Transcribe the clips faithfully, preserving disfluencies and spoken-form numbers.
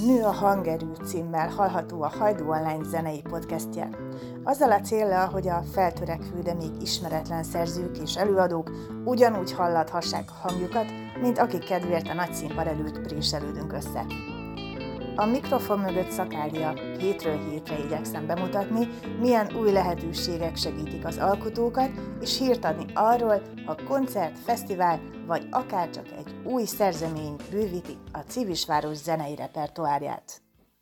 Nő a hangerő címmel hallható a Hajdú Online zenei podcastje. Azzal a céllal, hogy a feltörekvő, de még ismeretlen szerzők és előadók ugyanúgy hallathassák a hangjukat, mint akik kedvéért a nagy színpad előtt préselődünk össze. A mikrofon mögött Szakália, hétről hétre igyekszem bemutatni, milyen új lehetőségek segítik az alkotókat, és hírt adni arról, ha koncert, fesztivál, vagy akárcsak egy új szerzemény bővíti a Civisváros zenei repertoárját.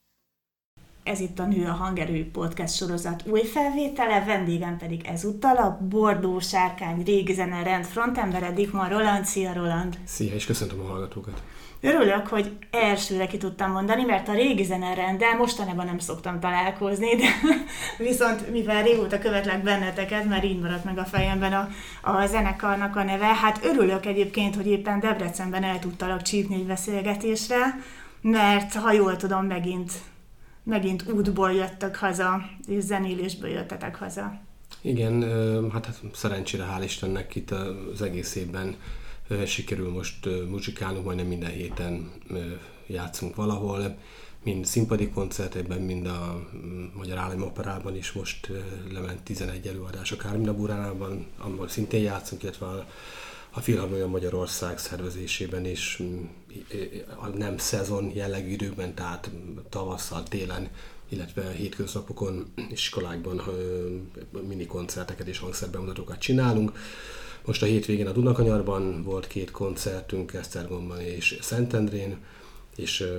Ez itt a Nő a hangerő podcast sorozat új felvétele, vendégem pedig ezúttal a Bordó Sárkány régi zenerend frontembere Dickmann Roland. Szia Roland! Szia, és köszöntöm a hallgatókat! Örülök, hogy elsőre ki tudtam mondani, mert a régi zenerenddel mostanában nem szoktam találkozni, de viszont mivel régóta követlek benneteket, már így maradt meg a fejemben a, a zenekarnak a neve. Hát örülök egyébként, hogy éppen Debrecenben el tudtalak csípni egy beszélgetésre, mert ha jól tudom, megint, megint útból jöttök haza, és zenélésből jöttetek haza. Igen, hát szerencsére hál' Istennek itt az egész évben sikerül most muzsikálnunk, majdnem minden héten játszunk valahol, mind színpadi koncertekben, mind a Magyar Állami Operában is most lement tizenegy előadás a Kármina Buránában, ahol szintén játszunk, illetve a, a Filharmonia Magyarország szervezésében is a nem szezon jellegű időben, tehát tavasszal, télen, illetve hétköznapokon iskolákban mini koncerteket és hangszerbemutatókat csinálunk. Most a hétvégén a Dunakanyarban volt két koncertünk, Esztergomban és Szentendrén, és uh,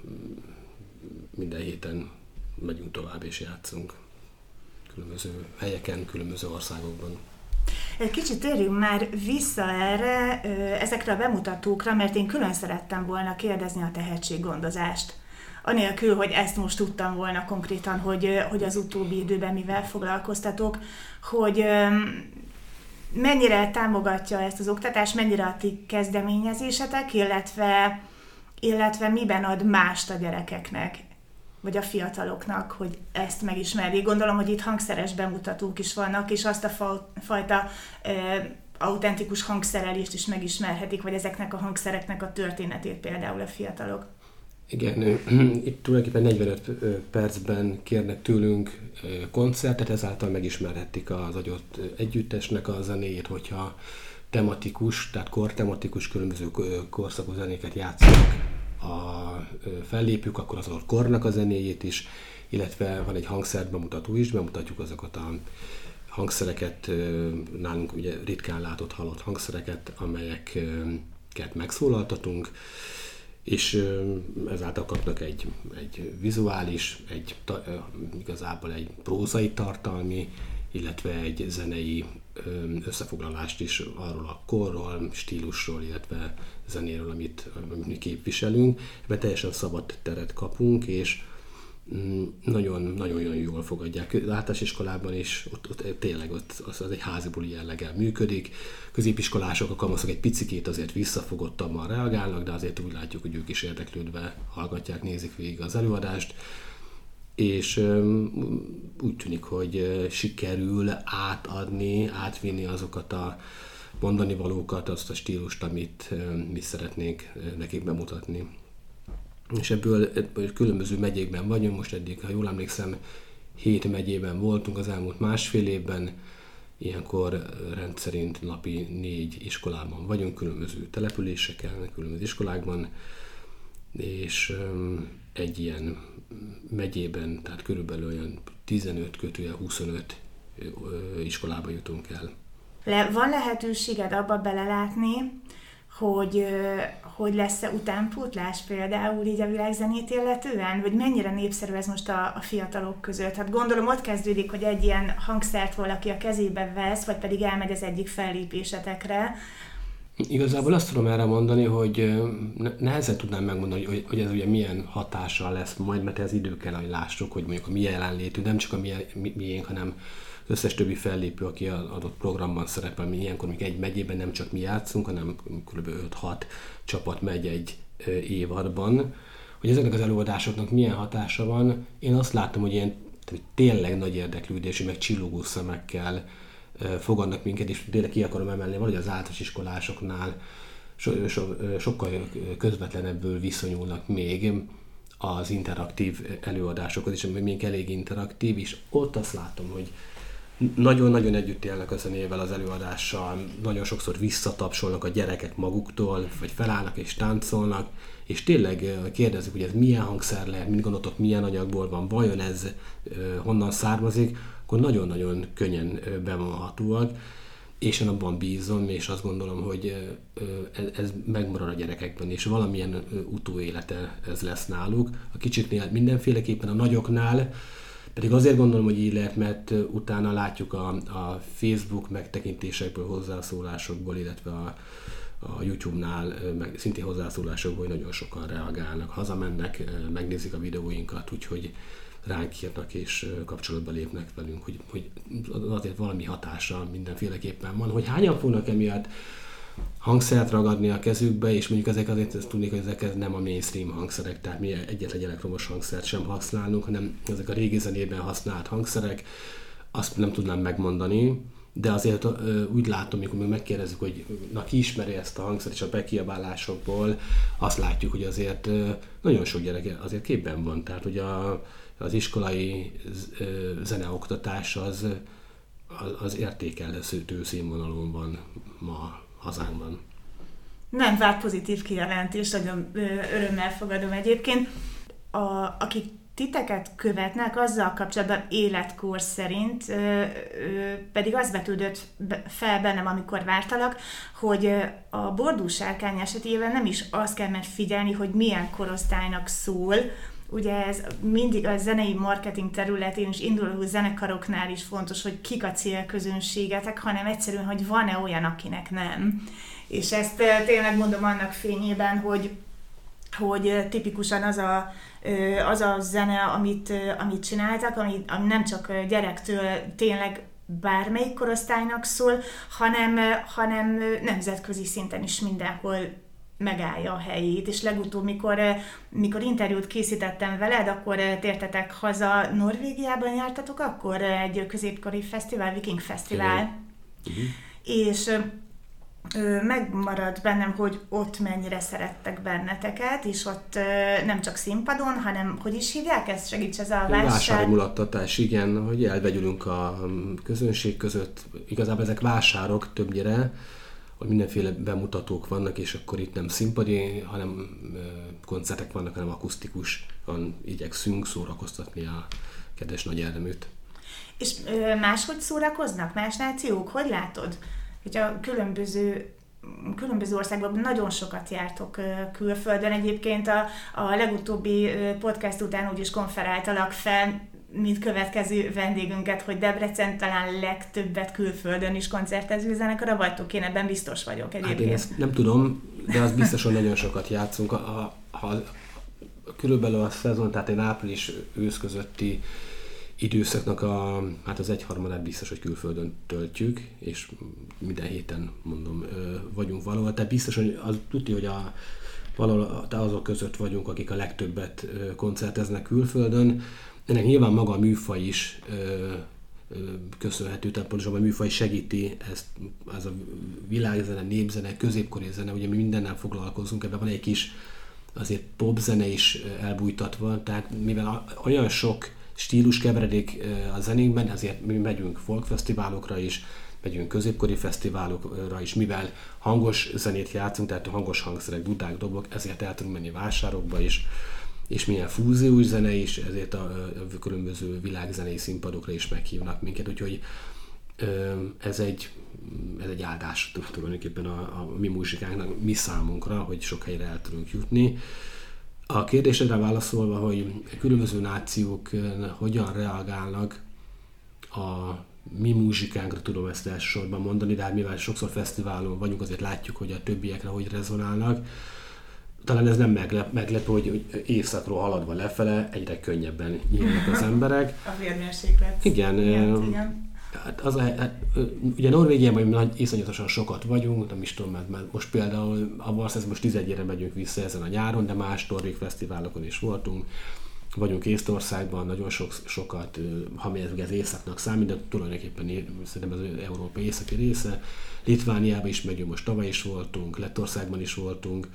minden héten megyünk tovább és játszunk különböző helyeken, különböző országokban. Egy kicsit térjünk már vissza erre, ezekre a bemutatókra, mert én külön szerettem volna kérdezni a tehetséggondozást. Anélkül, hogy ezt most tudtam volna konkrétan, hogy, hogy az utóbbi időben mivel foglalkoztatok, hogy mennyire támogatja ezt az oktatást, mennyire a ti kezdeményezésetek, illetve, illetve miben ad mást a gyerekeknek, vagy a fiataloknak, hogy ezt megismerjék. Gondolom, hogy itt hangszeres bemutatók is vannak, és azt a fa, fajta e, autentikus hangszerelést is megismerhetik, vagy ezeknek a hangszereknek a történetét például a fiatalok. Igen, itt tulajdonképpen negyvenöt percben kérnek tőlünk koncertet, ezáltal megismerhetik az adott együttesnek a zenéjét, hogyha tematikus, tehát kortematikus különböző korszakú zenéket játszanak a fellépők, akkor az adott kornak a zenéjét is, illetve van egy hangszerbemutató is, bemutatjuk azokat a hangszereket, nálunk ugye ritkán látott, hallott hangszereket, amelyeket megszólaltatunk, és ezáltal kapnak egy, egy vizuális, egy, igazából egy prózai tartalmi, illetve egy zenei összefoglalást is arról a korról, stílusról, illetve zenéről, amit, amit képviselünk. Ebben teljesen szabad teret kapunk, és nagyon-nagyon jól fogadják. Az általános iskolában is ott, ott tényleg ott, az, az egy házibuli jelleggel működik. Középiskolások, a kamaszok egy picikét azért visszafogottabban reagálnak, de azért úgy látjuk, hogy ők is érdeklődve hallgatják, nézik végig az előadást. És um, úgy tűnik, hogy sikerül átadni, átvinni azokat a mondani valókat, azt a stílust, amit um, mi szeretnénk nekik bemutatni. És ebből, ebből különböző megyékben vagyunk, most eddig, ha jól emlékszem, hét megyében voltunk az elmúlt másfél évben, ilyenkor rendszerint napi négy iskolában vagyunk, különböző településeken, különböző iskolákban, és um, egy ilyen megyében, tehát körülbelül olyan tizenöt kötője huszonöt ö, iskolába jutunk el. Le, van lehetőséged abba belelátni, hogy, hogy lesz-e utánpótlás például így a világzenét illetően? Vagy mennyire népszerű ez most a, a fiatalok között? Hát gondolom ott kezdődik, hogy egy ilyen hangszert valaki a kezébe vesz, vagy pedig elmegy az egyik fellépésetekre. Igazából azt tudom erre mondani, hogy nehezen tudnám megmondani, hogy, hogy ez ugye milyen hatással lesz majd, mert ez idő kell, hogy lássuk, hogy mondjuk a mi jelenlétünk, nem csak a mi, mi, miénk, hanem az összes többi fellépő, aki az adott programban szerepel, mi ilyenkor még egy megyében nem csak mi játszunk, hanem kb. öt-hat csapat megy egy évadban. Hogy ezeknek az előadásoknak milyen hatása van, én azt látom, hogy ilyen hogy tényleg nagy érdeklődésű, meg csillogó szemekkel fogadnak minket, és tényleg ki akarom emelni, valahogy az általános iskolásoknál so, so, sokkal közvetlenebből viszonyulnak még az interaktív előadásokat, és még elég interaktív, és ott azt látom, hogy nagyon-nagyon együtt élnek a zenével, az előadással, nagyon sokszor visszatapsolnak a gyerekek maguktól, vagy felállnak és táncolnak, és tényleg kérdezik, hogy ez milyen hangszer lehet, mit gondoltok, milyen anyagból van, vajon ez honnan származik, akkor nagyon-nagyon könnyen bevonhatóak, és én abban bízom, és azt gondolom, hogy ez megmarad a gyerekekben, és valamilyen utóélete ez lesz náluk. A kicsiknél mindenféleképpen, a nagyoknál pedig azért gondolom, hogy így lehet, mert utána látjuk a, a Facebook megtekintésekből, hozzászólásokból, illetve a, a YouTube-nál meg szintén hozzászólásokból, hogy nagyon sokan reagálnak, hazamennek, megnézik a videóinkat, úgyhogy ránk írnak és kapcsolatba lépnek velünk, hogy, hogy azért valami hatása mindenféleképpen van, hogy hányan fognak emiatt hangszert ragadni a kezükbe, és mondjuk ezek azért ezt tudni, hogy ezek nem a mainstream hangszerek, tehát mi egyetlen elektromos hangszert sem használunk, hanem ezek a régi zenében használt hangszerek, azt nem tudnám megmondani, de azért úgy látom, amikor még megkérdezzük, hogy na, ki ismeri ezt a hangszert, és a bekiabálásokból azt látjuk, hogy azért nagyon sok gyerek azért képben van, tehát hogy a, az iskolai zeneoktatás az, az értékelhető színvonalon van ma hazánkban. Nem várt pozitív kijelentést, nagyon örömmel fogadom egyébként. A, akik titeket követnek, azzal kapcsolatban életkor szerint ö, ö, pedig az vetődött fel bennem, amikor vártalak, hogy a bordúsárkány esetében nem is azt kell megfigyelni, hogy milyen korosztálynak szól. Ugye ez mindig a zenei marketing területén és induló zenekaroknál is fontos, hogy kik a célközönségetek, hanem egyszerűen, hogy van-e olyan, akinek nem. És ezt tényleg mondom annak fényében, hogy, hogy tipikusan az a, az a zene, amit, amit csináltak, ami, ami nem csak gyerektől tényleg bármelyik korosztálynak szól, hanem, hanem nemzetközi szinten is mindenhol megállja a helyét, és legutóbb, mikor, mikor interjút készítettem veled, akkor tértetek haza, Norvégiában jártatok, akkor egy középkori fesztivál, Viking Fesztivál, uh-huh. és ö, megmaradt bennem, hogy ott mennyire szerettek benneteket, és ott ö, nem csak színpadon, hanem hogy is hívják ezt? Segíts, ez a vásár... Vásári mulattatás, igen, hogy elvegyülünk a közönség között. Igazából ezek vásárok többnyire, hogy mindenféle bemutatók vannak, és akkor itt nem színpadi, hanem koncertek vannak, hanem akusztikusan igyekszünk szórakoztatni a kedves Nagy Erdeműt. És máshogy szórakoznak más nációk? Hogy látod? Hogy a különböző, különböző országban nagyon sokat jártok külföldön. Egyébként a, a legutóbbi podcast után úgy is konferáltalak fel, mint következő vendégünket, hogy Debrecen talán legtöbbet külföldön is koncertező zenekara vagytok, én ebben biztos vagyok egyébként. Hát én ezt nem tudom, de az biztos, hogy nagyon sokat játszunk. A, a, a, körülbelül a szezon, tehát egy április-ősz közötti időszaknak a, hát az egyharmadát biztos, hogy külföldön töltjük, és minden héten, mondom, vagyunk valahol. Tehát biztos, hogy az tudja, hogy a, valahol azok között vagyunk, akik a legtöbbet koncerteznek külföldön. Ennek nyilván maga a műfaj is ö, ö, köszönhető, tehát pontosan a műfaj segíti ezt, ez a világzene, népzene, középkori zene, ugye mi mindennel foglalkozunk, ebben van egy kis azért popzene is elbújtatva, tehát mivel olyan sok stílus keveredik a zenénkben, ezért mi megyünk folkfesztiválokra is, megyünk középkori fesztiválokra is, mivel hangos zenét játszunk, tehát hangos hangszerek, dudák, dobok, ezért el tudunk menni vásárokba is, és milyen fúziós zene is, ezért a, a különböző világzenei színpadokra is meghívnak minket, úgyhogy ez egy, ez egy áldás tulajdonképpen a, a mi muzsikánknak, mi számunkra, hogy sok helyre el tudunk jutni. A kérdésedre válaszolva, hogy különböző nációk hogyan reagálnak a mi muzsikánkra, tudom ezt elsősorban mondani, de hát mivel sokszor fesztiválon vagyunk, azért látjuk, hogy a többiekre hogy rezonálnak. Talán ez nem meglep, meglepő, hogy északról haladva lefele egyre könnyebben nyílnak az emberek. A vérmérséklet. Igen. igen, igen. Hát az a, hát, ugye Norvégiában nagy, iszonyatosan sokat vagyunk, nem is tudom, mert, mert most például a Varszesz most tizenegyre megyünk vissza ezen a nyáron, de más norvég fesztiválokon is voltunk. Vagyunk Észtországban, nagyon sok, sokat, ha mi ez északnak számít, de tulajdonképpen szerintem ez az Európa északi része. Litvániában is megyünk, most tavaly is voltunk, Lettországban is voltunk.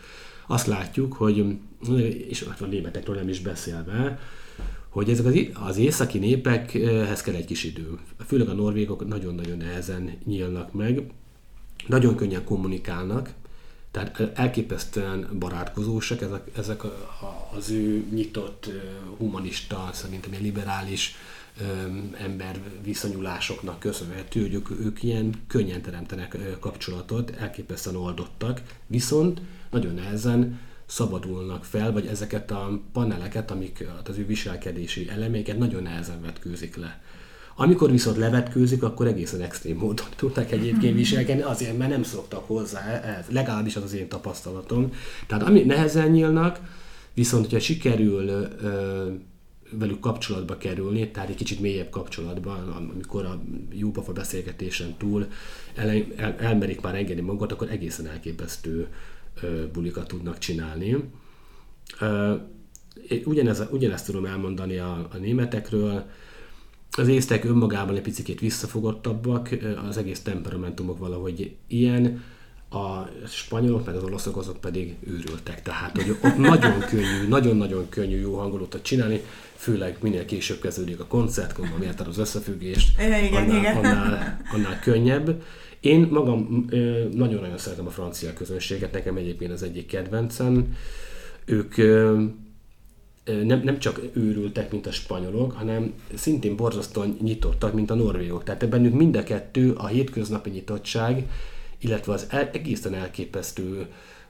azt látjuk, hogy, és a németekről nem is beszélve, hogy ezek az, az északi népekhez kell egy kis idő. Főleg a norvégok nagyon-nagyon nehezen nyílnak meg, nagyon könnyen kommunikálnak, tehát elképesztően barátkozósak, ezek, ezek az ő nyitott, humanista, szerintem ilyen liberális ember viszonyulásoknak köszönhető, hogy ők, ők ilyen könnyen teremtenek kapcsolatot, elképesztően oldottak, viszont nagyon nehezen szabadulnak fel, vagy ezeket a paneleket, amik az ő viselkedési elemeiket nagyon nehezen vetkőzik le. Amikor viszont levetkőzik, akkor egészen extrém módon tudnak egyébként viselkedni, azért, mert nem szoktak hozzá, ez, legalábbis az az én tapasztalatom. Tehát ami nehezen nyílnak, viszont hogyha sikerül ö, velük kapcsolatba kerülni, tehát egy kicsit mélyebb kapcsolatban, amikor a jópofa beszélgetésen túl el, el, elmerik már engedni magukat, akkor egészen elképesztő ö, bulikat tudnak csinálni. Ö, ugyanez, ugyanezt tudom elmondani a, a németekről. Az észtek önmagában egy picit visszafogottabbak, az egész temperamentumok valahogy ilyen, a spanyolok, meg az olaszok, azok pedig őrültek. Tehát, hogy ott nagyon könnyű, nagyon-nagyon könnyű jó hangulatot csinálni, főleg minél később kezdődik a koncert, gondolom érted az összefüggést, igen, annál, igen. annál, annál könnyebb. Én magam nagyon-nagyon szeretem a francia közönséget, nekem egyébként az egyik kedvencem. Ők Nem, nem csak őrültek, mint a spanyolok, hanem szintén borzasztóan nyitottak, mint a norvégok. Tehát bennük mind a kettő, a hétköznapi nyitottság, illetve az el, egészen elképesztő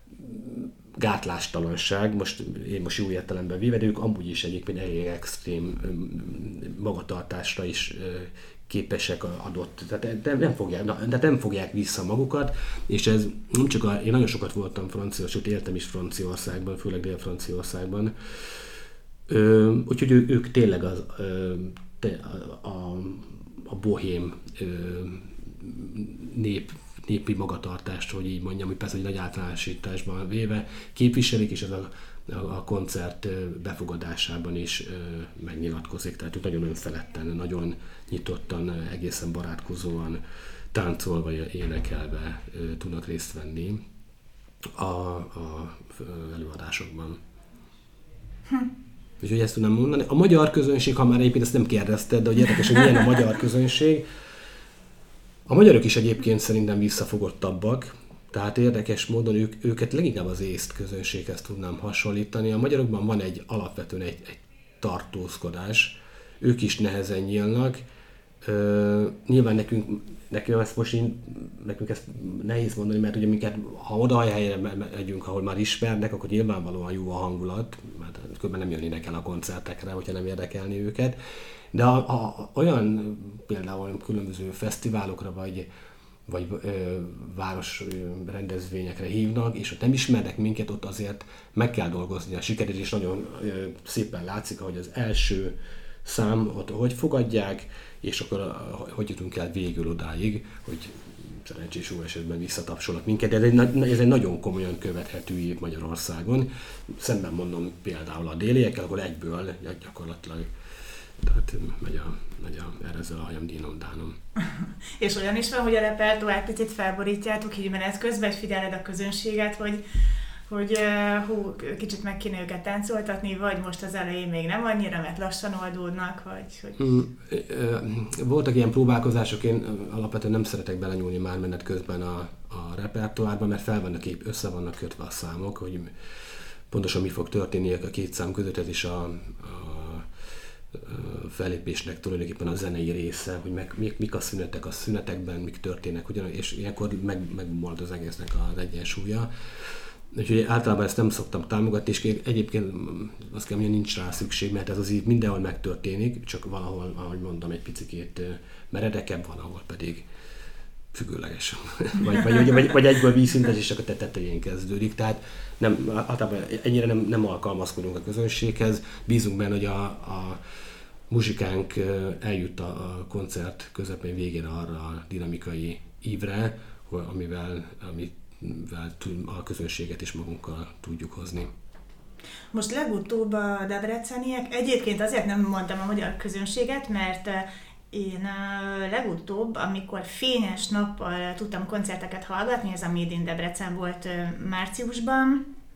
gátlástalanság, most én most jó értelemben véve, de ők amúgy is egyébként elég extrém magatartásra is képesek adott, tehát nem, nem, fogják, de nem fogják vissza magukat, és ez nem csak a, én nagyon sokat voltam francia, sőt éltem is Franciaországban, főleg Dél-Franciaországban, Ö, úgyhogy ő, ők tényleg az, ö, te, a, a, a bohém ö, nép, népi magatartást, hogy így mondjam, hogy persze egy nagy általánosításban véve képviselik, és ez a, a, a koncert befogadásában is ö, megnyilatkozik. Tehát ők nagyon önfeledten, nagyon nyitottan, egészen barátkozóan, táncolva, énekelve ö, tudnak részt venni a, a előadásokban. Hm. Úgyhogy ezt tudnám mondani. A magyar közönség, ha már egyébként ezt nem kérdezted, de hogy érdekes, hogy milyen a magyar közönség. A magyarok is egyébként szerintem visszafogottabbak, tehát érdekes módon ők, őket leginkább az észt közönséghez tudnám hasonlítani. A magyarokban van egy alapvetően egy, egy tartózkodás, ők is nehezen nyílnak. Uh, nyilván nekünk, nekünk ezt most így, nekünk ezt nehéz mondani, mert ugye minket, ha oda a helyre megyünk, ahol már ismernek, akkor nyilvánvalóan jó a hangulat, mert különben nem jönnének el a koncertekre, hogyha nem érdekelni őket. De a, a, olyan például különböző fesztiválokra, vagy, vagy ö, város rendezvényekre hívnak, és ott nem ismernek minket, ott azért meg kell dolgozni a sikered, és nagyon ö, szépen látszik, hogy az első szám, ott hogy fogadják, és akkor hogy jutunk el végül odáig, hogy szerencsés jó esetben visszatapsolnak minket, de ez egy, ez egy nagyon komolyan követhető év Magyarországon. Szemben mondom például a déliekkel, akkor egyből gyakorlatilag tehát megy a, megy a erre a hajam dínom dánom. És olyan is van, hogy a repertoár picit felborítjátok így menet közben, és figyeled a közönséget, hogy hogy hú, kicsit meg kéne őket táncoltatni, vagy most az elején még nem annyira, mert lassan oldódnak, vagy... Hogy... Voltak ilyen próbálkozások, én alapvetően nem szeretek belenyúlni már menet közben a, a repertoárba, mert fel vannak, össze vannak kötve a számok, hogy pontosan mi fog történni a két szám között, ez is a, a fellépésnek tulajdonképpen a zenei része, hogy meg, mik, mik a szünetek a szünetekben, mik történnek, ugyan, és ilyenkor meg, megmarad az egésznek az egyensúlya. Úgyhogy általában ezt nem szoktam támogatni, és egyébként azt kell mondani, nincs rá szükség, mert ez azért mindenhol megtörténik, csak valahol, ahogy mondom, egy picikét meredekebb, valahol pedig függőleges. vagy, vagy, vagy, vagy egyből vízszintes, és csak a tetején kezdődik. Tehát nem, általában ennyire nem, nem alkalmazkodunk a közönséghez, bízunk benne, hogy a, a muzsikánk eljut a, a koncert közepén végén arra a dinamikai ívre, amivel, amit a közönséget is magunkkal tudjuk hozni. Most legutóbb a debreceniek, egyébként azért nem mondtam a magyar közönséget, mert én legutóbb, amikor fényes nappal tudtam koncerteket hallgatni, ez a Made in Debrecen volt márciusban,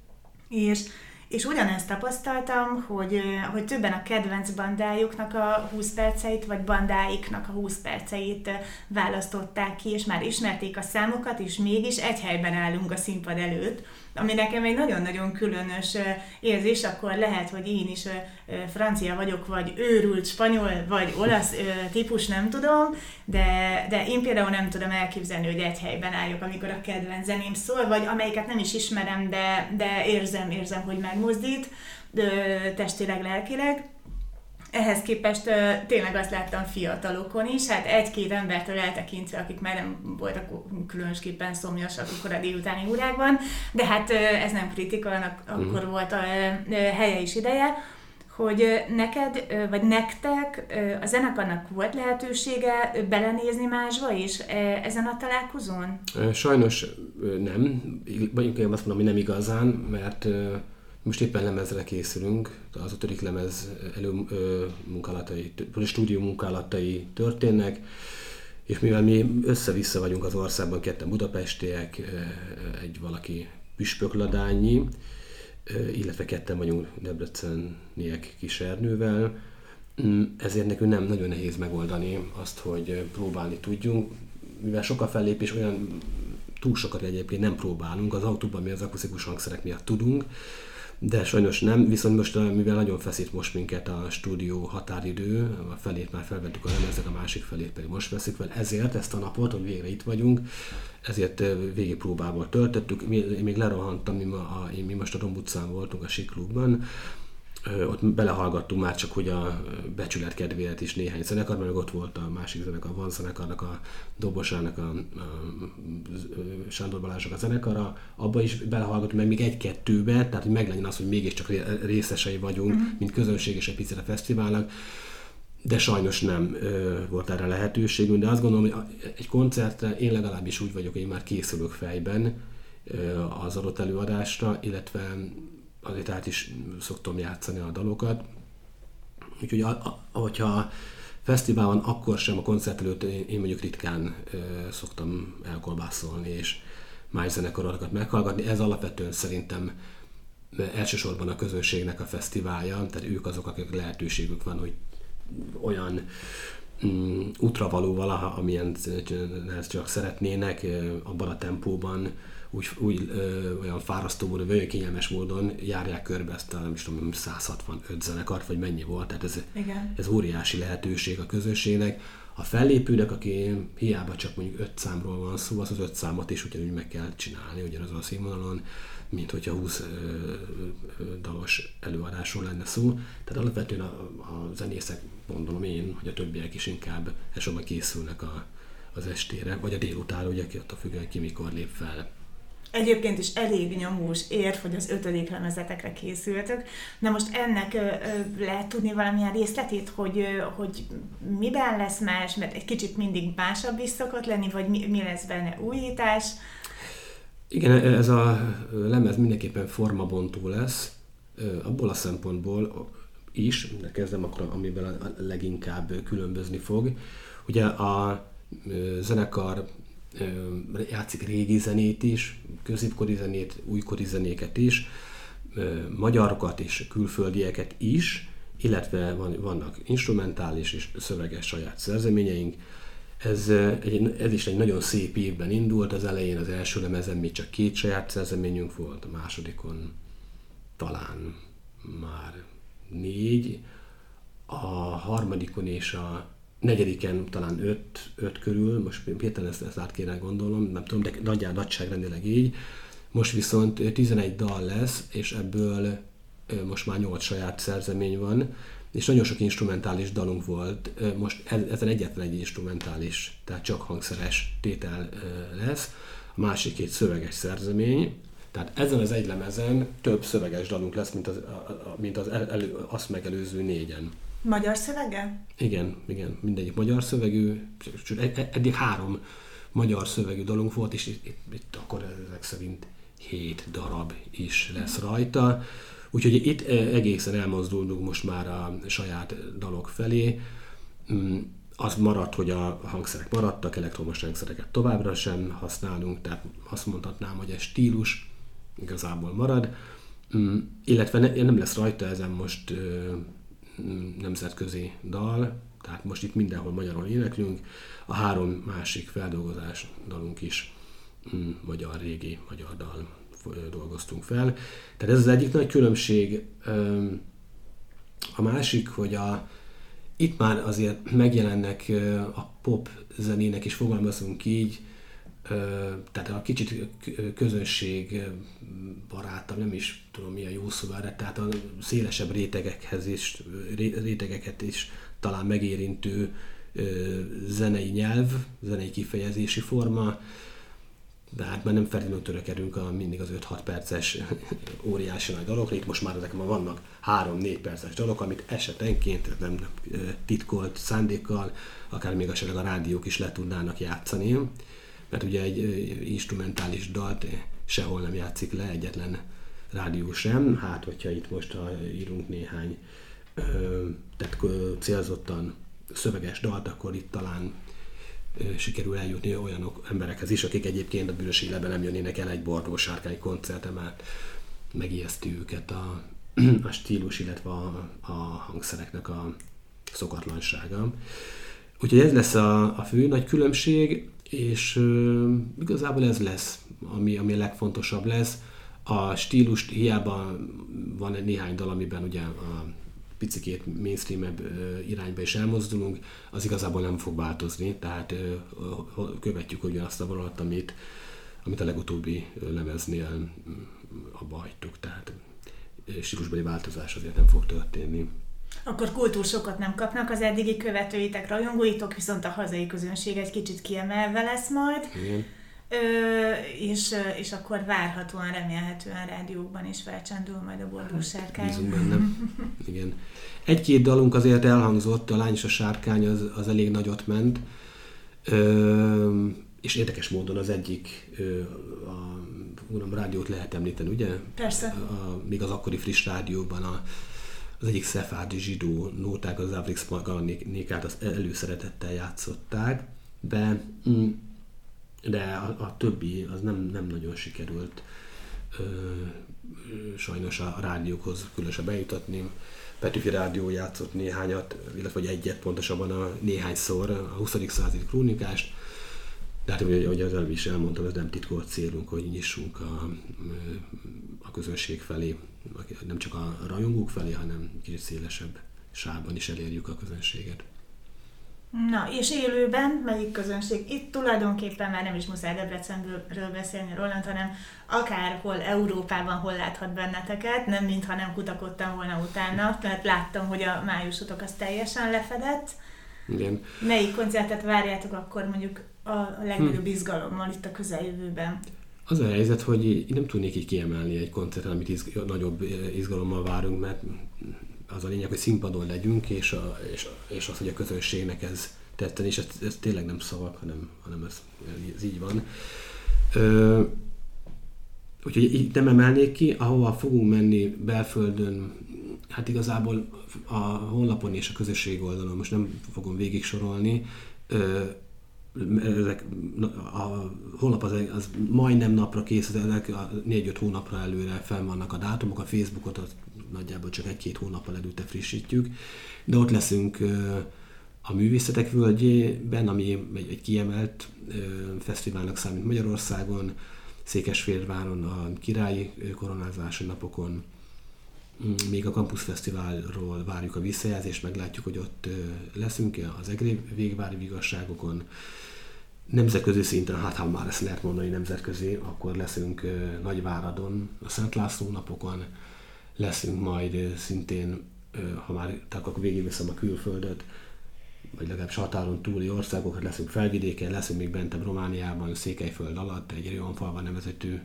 És, és ugyanezt tapasztaltam, hogy, hogy többen a kedvenc bandájuknak a húsz perceit, vagy bandáiknak a húsz perceit választották ki, és már ismerték a számokat, és mégis egy helyben állunk a színpad előtt, ami nekem egy nagyon-nagyon különös érzés, akkor lehet, hogy én is francia vagyok, vagy őrült spanyol, vagy olasz típus, nem tudom, de, de én például nem tudom elképzelni, hogy egy helyben álljak, amikor a kedvenc zeném szól, vagy amelyiket nem is ismerem, de, de érzem, érzem, hogy megmozdít testileg, lelkileg. Ehhez képest tényleg azt láttam fiatalokon is, hát egy-két embertől eltekintve, akik már nem voltak különösképpen szomjasak akkor a délutáni órákban, de hát ez nem kritika, annak akkor mm. volt a helye és ideje, hogy neked, vagy nektek a zenekarnak volt lehetősége belenézni másba is ezen a találkozón? Sajnos nem, vagy én azt mondom, hogy nem igazán, mert most éppen lemezre készülünk, az ötödik lemez előmunkálatai, stúdió munkálatai történnek, és mivel mi össze-vissza vagyunk az országban, ketten budapestiek, egy valaki püspökladányi, illetve ketten vagyunk debreceniek Kisernővel, ezért nekünk nem nagyon nehéz megoldani azt, hogy próbálni tudjunk, mivel sok a fellépés, olyan túl sokat egyébként nem próbálunk, az autóban mi az akusztikus hangszerek miatt tudunk, de sajnos nem, viszont most, mivel nagyon feszít most minket a stúdió határidő, a felét már felvettük a lemezek, a másik felét pedig most veszik fel, ezért ezt a napot, hogy végre itt vagyunk, ezért végigpróbából töltöttük. Én még lerohantam, mi, ma a, mi most a Domb utcán voltunk, a Sík Klubban, ott belehallgattunk már csak hogy a becsület kedvéért is néhány zenekar, mert ott volt a másik zenekar, a Van zenekarnak, a Dobosának, a, a Sándor Balázsnak a zenekara, abba is belehallgattunk meg még egy-kettőbe, tehát hogy meglegyen az, hogy mégiscsak részesei vagyunk, uh-huh. mint közönség és egy picit a fesztiválnak, de sajnos nem ö, volt erre lehetőségünk, de azt gondolom, hogy egy koncertre én legalábbis úgy vagyok, hogy én már készülök fejben ö, az adott előadásra, illetve azért át is szoktam játszani a dalokat. Úgyhogy a, a, hogyha fesztivál van, akkor sem a koncert előtt én, én mondjuk ritkán ö, szoktam elkolbászolni és más zenekarokat meghallgatni. Ez alapvetően szerintem elsősorban a közönségnek a fesztiválja, tehát ők azok, akik lehetőségük van, hogy olyan um, útravalóval, amilyen csak szeretnének, abban a tempóban, úgy, úgy ö, olyan fárasztó módon, olyan kényelmes módon járják körbe ezt a nem is tudom, száz hatvanöt zenekart, vagy mennyi volt, tehát ez, ez óriási lehetőség a közönségnek. A fellépőnek, aki hiába csak mondjuk öt számról van szó, az az öt számot is ugyanúgy meg kell csinálni, ugyanazon a színvonalon, mint hogyha húsz ö, ö, dalos előadásról lenne szó. Tehát alapvetően a, a zenészek, gondolom én, hogy a többiek is inkább elsősorban készülnek a, az estére, vagy a délutánra, ugye attól függően ki mikor lép fel. Egyébként is elég nyomós érv, hogy az ötödik lemezetekre készültök. Na most ennek ö, ö, lehet tudni valamilyen részletét, hogy, ö, hogy miben lesz más, mert egy kicsit mindig másabb is szokott lenni, vagy mi, mi lesz benne újítás? Igen, ez a lemez mindenképpen formabontó lesz, abból a szempontból is, de kezdem akkor, amiben a leginkább különbözni fog. Ugye a zenekar játszik régi zenét is, középkori zenét, újkori zenéket is, magyarokat és külföldieket is, illetve vannak instrumentális és szöveges saját szerzeményeink. Ez, egy, ez is egy nagyon szép évben indult, az elején az első lemezen még csak két saját szerzeményünk volt, a másodikon talán már négy, a harmadikon és a negyediken talán öt, öt körül, most hirtelen ezt, ezt át kéne gondolnom, nem tudom, de nagyjából nagyságrendileg így. Most viszont tizenegy dal lesz, és ebből most már nyolc saját szerzemény van, és nagyon sok instrumentális dalunk volt, most ezen egyetlen egy instrumentális, tehát csak hangszeres tétel lesz, a másik két szöveges szerzemény, tehát ezen az egy lemezen több szöveges dalunk lesz, mint az, mint az elő, azt megelőző négyen. Magyar szövege? Igen, igen, mindegyik magyar szövegű, eddig három magyar szövegű dalunk volt, és itt, itt, itt akkor ezek szerint hét darab is lesz rajta. Úgyhogy itt egészen elmozdulunk most már a saját dalok felé. Az maradt, hogy a hangszerek maradtak, elektromos hangszereket továbbra sem használunk, tehát azt mondhatnám, hogy ez stílus igazából marad. Mm, illetve ne, nem lesz rajta ezen most ö, nemzetközi dal, tehát most itt mindenhol magyarul éneklünk, a három másik feldolgozás dalunk is mm, magyar, régi magyar dal dolgoztunk fel. Tehát ez az egyik nagy különbség. A másik, hogy a, itt már azért megjelennek a pop zenének is, fogalmazunk így, tehát a kicsit közönség barátabb, nem is tudom mi a jó szó erre, tehát a szélesebb rétegekhez is, rétegeket is talán megérintő zenei nyelv, zenei kifejezési forma, de hát már nem feltétlenül törekedünk a, mindig az öt-hat perces óriási nagy dalokra, itt most már ezek már vannak három-négy perces dalok, amit esetenként, nem, nem titkolt szándékkal, akár még esetleg a rádiók is le tudnának játszani, mert ugye egy instrumentális dalt sehol nem játszik le, egyetlen rádió sem, hát hogyha itt most ha írunk néhány tehát célzottan szöveges dalt, akkor itt talán sikerül eljutni olyan emberekhez is, akik egyébként a Büdös Életben nem jönnének el egy Bordó Sárkány koncertre, mert megijeszti őket a, a stílus, illetve a, a hangszereknek a szokatlansága. Úgyhogy ez lesz a, a fő nagy különbség, és uh, igazából ez lesz, ami, ami a legfontosabb lesz. A stílus hiába van egy néhány dal, amiben ugye a picikét mainstream-ebb irányba is elmozdulunk, az igazából nem fog változni, tehát követjük ugyanazt a vonalat, amit, amit a legutóbbi lemeznél abba hagytuk, tehát stílusbeli változás azért nem fog történni. Akkor kultúrsokat nem kapnak az eddigi követőitek, rajongóitok, viszont a hazai közönség egy kicsit kiemelve lesz majd. Igen. Ö, és, és akkor várhatóan, remélhetően rádiókban is felcsendül majd a Bordó Sárkány. Bízunk benne. Igen. Egy-két dalunk azért elhangzott, a Lány és a Sárkány az, az elég nagyot ment, ö, és érdekes módon az egyik, ö, a, uram, rádiót lehet említeni, ugye? Persze. A, még az akkori Friss rádióban a, az egyik szefárdi zsidó nóták, az Avrix Marganikát az előszeretettel játszották, de mm, de a, a többi az nem, nem nagyon sikerült ö, sajnos a rádiókhoz különösen bejutatni. Petőfi Rádió játszott néhányat, illetve egyet pontosabban a néhányszor a huszadik századi krónikást, de hát ahogy az előbb is elmondtam, ez nem titkolt célunk, hogy nyissunk a, a közönség felé, nem csak a rajongók felé, hanem kicsit szélesebb sávban is elérjük a közönséget. Na, és élőben melyik közönség? Itt tulajdonképpen már nem is muszáj Debrecenről beszélni, Roland, hanem akárhol Európában hol láthat benneteket, nem mintha nem kutakodtam volna utána, mert láttam, hogy a májusotok az teljesen lefedett. Igen. Melyik koncertet várjátok akkor mondjuk a legnagyobb hm. izgalommal itt a közeljövőben? Az a helyzet, hogy én nem tudnék így kiemelni egy koncerten, amit izg- nagyobb izgalommal várunk, mert az a lényeg, hogy színpadon legyünk, és, a, és, a, és az, hogy a közönségnek ez tetten, és ez, ez tényleg nem szavak, hanem, hanem ez, ez így van. Ö, úgyhogy itt nem emelnék ki, ahova fogunk menni belföldön, hát igazából a honlapon és a közösség oldalon, most nem fogom végig sorolni, ö, ezek, a honlap az, az majdnem napra kész, ezek négy-öt hónapra előre fenn vannak a dátumok, a Facebookot az nagyjából csak egy-két hónappal előtte frissítjük, de ott leszünk a Művészetek Völgyében, ami egy, egy kiemelt fesztiválnak számít Magyarországon, Székesfehérváron a királyi koronázási napokon, még a Campus Fesztiválról várjuk a visszajelzést, meglátjuk, hogy ott leszünk az egri végvári vigasságokon. Nemzetközi szinten, hát ha már ezt lehet mondani nemzetközi, akkor leszünk Nagyváradon, a Szent László napokon, leszünk majd szintén, ha már tehát akkor végigveszem a külföldöt, vagy legalábbis határon túli országokat, leszünk Felvidéken, leszünk még bentebb Romániában, Székelyföld alatt, egy Rionfalva nevezetű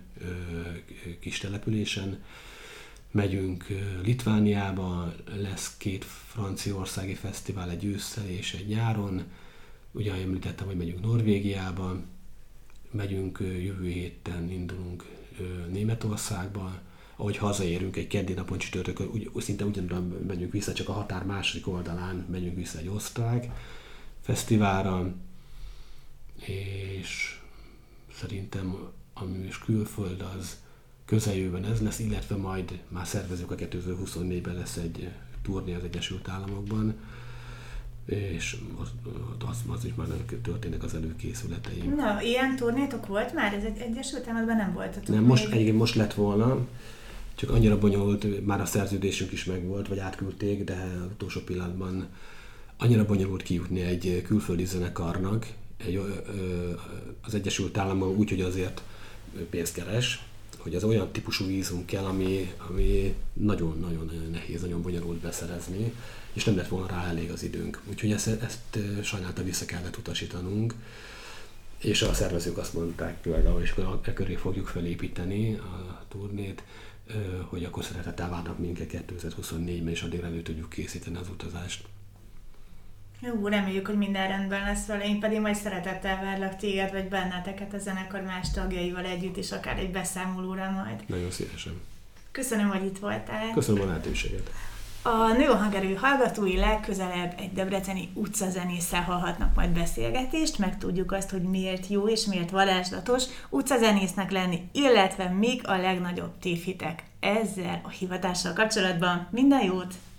kis településen. Megyünk Litvániába, lesz két franciaországi fesztivál, egy ősszel és egy nyáron. Ugye említettem, hogy megyünk Norvégiába, megyünk jövő héten, indulunk Németországba. Ahogy hazaérünk egy keddi napon csütörtökön, úgy, szinte ugyanúgy megyünk vissza, csak a határ második oldalán megyünk vissza egy osztrák fesztiválra, és szerintem a műs külföld az közeljövőben ez lesz, illetve majd már szervezünk a kétezer-huszonnégyben lesz egy turné az Egyesült Államokban, és az, az, az is már történnek az előkészületeim. Na, ilyen turnétok volt már? Ez egy Egyesült Államokban nem volt? Nem, most, egyébként most lett volna, csak annyira bonyolult, már a szerződésünk is megvolt, vagy átküldték, de utolsó pillanatban annyira bonyolult kijutni egy külföldi zenekarnak egy, ö, ö, az Egyesült Államokban úgy, hogy azért pénzt keres, hogy az olyan típusú vízum kell, ami, ami nagyon-nagyon nehéz, nagyon bonyolult beszerezni, és nem lett volna rá elég az időnk. Úgyhogy ezt, ezt sajnálta vissza kellett utasítanunk, és a szervezők azt mondták például, és akkor e köré fogjuk felépíteni a turnét, hogy akkor szeretettel várnak minket kétezer-huszonnégyben, és addig elő tudjuk készíteni az utazást. Jó, reméljük, hogy minden rendben lesz vele, én pedig majd szeretettel várlak téged, vagy benneteket a zenekar más tagjaival együtt, és akár egy beszámolóra majd. Nagyon szívesen. Köszönöm, hogy itt voltál. Köszönöm a lehetőséget. A Nőhangerő hallgatói legközelebb egy debreceni utcazenésszel hallhatnak majd beszélgetést, megtudjuk azt, hogy miért jó és miért varázslatos utcazenésznek lenni, illetve még a legnagyobb tévhitek ezzel a hivatással kapcsolatban. Minden jót!